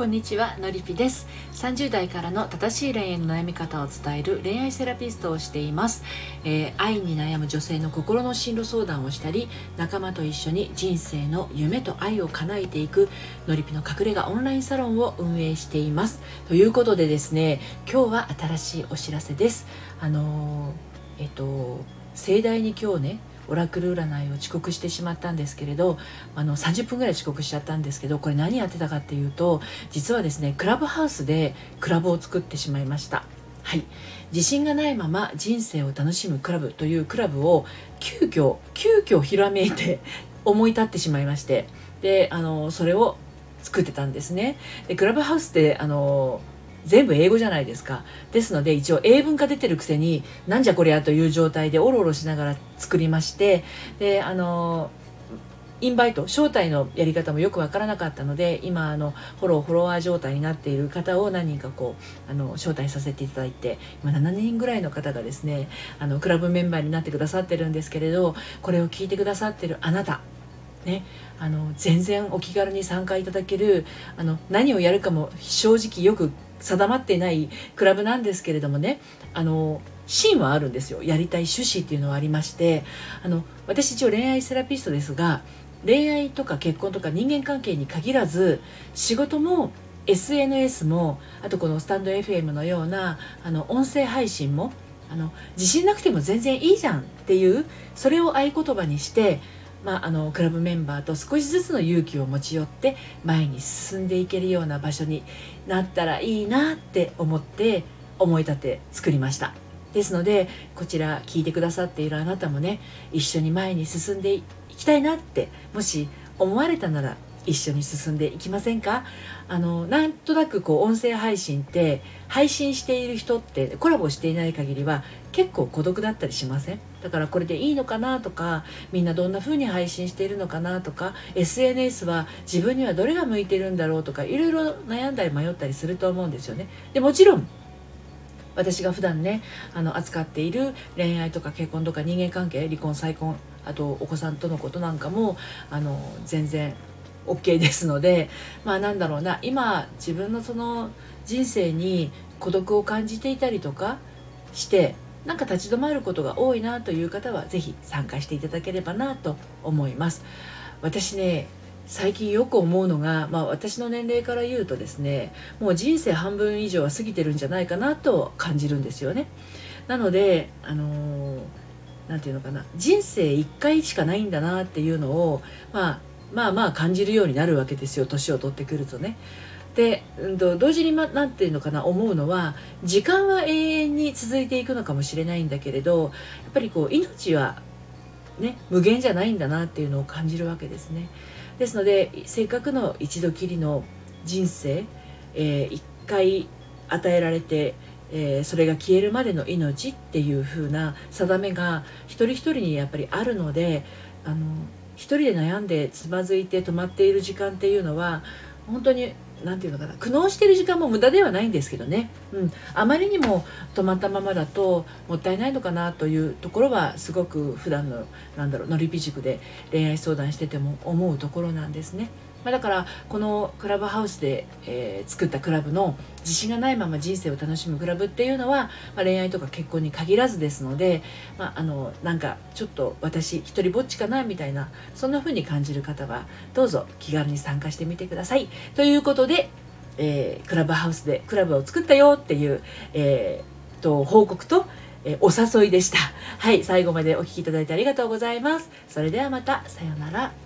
こんにちは、のりぴです。30代からの正しい恋愛の悩み方を伝える恋愛セラピストをしています。愛に悩む女性の心の進路相談をしたり、仲間と一緒に人生の夢と愛を叶えていくのりぴの隠れ家オンラインサロンを運営しています。ということでですね、今日は新しいお知らせです。盛大に今日ね、オラクル占いを遅刻してしまったんですけれど、30分ぐらい遅刻しちゃったんですけど、これ何やってたかっていうと、実はですね、クラブハウスでクラブを作ってしまいました。はい、自信がないまま人生を楽しむクラブというクラブを急遽ひらめいて思い立ってしまいまして、でそれを作ってたんですね。でクラブハウスって全部英語じゃないですか。ですので一応英文化出てるくせになんじゃこりゃという状態でオロオロしながら作りまして、でインバイト招待のやり方もよくわからなかったので、今フォロワー状態になっている方を何人か招待させていただいて、今7人ぐらいの方がですねクラブメンバーになってくださってるんですけれど、これを聞いてくださってるあなたね、全然お気軽に参加いただける、何をやるかも正直よく定まっていないクラブなんですけれどもね、芯はあるんですよ。やりたい趣旨っていうのはありまして、私一応恋愛セラピストですが、恋愛とか結婚とか人間関係に限らず、仕事も SNS も、あとこのスタンド FM のような音声配信も自信なくても全然いいじゃんっていう、それを合言葉にして、クラブメンバーと少しずつの勇気を持ち寄って前に進んでいけるような場所になったらいいなって思って思い立て作りました。ですのでこちら聞いてくださっているあなたもね、一緒に前に進んでいきたいなってもし思われたなら一緒に進んでいきませんか？なんとなく音声配信って配信している人ってコラボしていない限りは結構孤独だったりしません？だからこれでいいのかなとか、みんなどんな風に配信しているのかなとか、 SNS は自分にはどれが向いてるんだろうとか、いろいろ悩んだり迷ったりすると思うんですよね。でもちろん私が普段ね扱っている恋愛とか結婚とか人間関係、離婚再婚、あとお子さんとのことなんかも全然 OK ですので、なんだろうな、今自分のその人生に孤独を感じていたりとかしてなんか立ち止まることが多いなという方はぜひ参加していただければなと思います。私ね、最近よく思うのが、私の年齢から言うとですね、もう人生半分以上は過ぎてるんじゃないかなと感じるんですよね。なのでなんていうのかな、人生1回しかないんだなっていうのを感じるようになるわけですよ、年を取ってくるとね。で、同時になんていうのかな、思うのは、時間は永遠に続いていくのかもしれないんだけれど、やっぱり命はね無限じゃないんだなっていうのを感じるわけですね。ですのでせっかくの一度きりの人生、一回与えられて、それが消えるまでの命っていう風な定めが一人一人にやっぱりあるので、一人で悩んでつまずいて止まっている時間っていうのは本当になんていうのかな、苦悩している時間も無駄ではないんですけどね、あまりにも止まったままだともったいないのかなというところはすごく普段ののりぴ塾で恋愛相談してても思うところなんですね。だからこのクラブハウスで、作ったクラブの自信がないまま人生を楽しむクラブっていうのは、恋愛とか結婚に限らずですので、なんかちょっと私一人ぼっちかなみたいな、そんな風に感じる方はどうぞ気軽に参加してみてください。ということで、クラブハウスでクラブを作ったよっていう、報告と、お誘いでした。はい、最後までお聞きいただいてありがとうございます。それではまた、さようなら。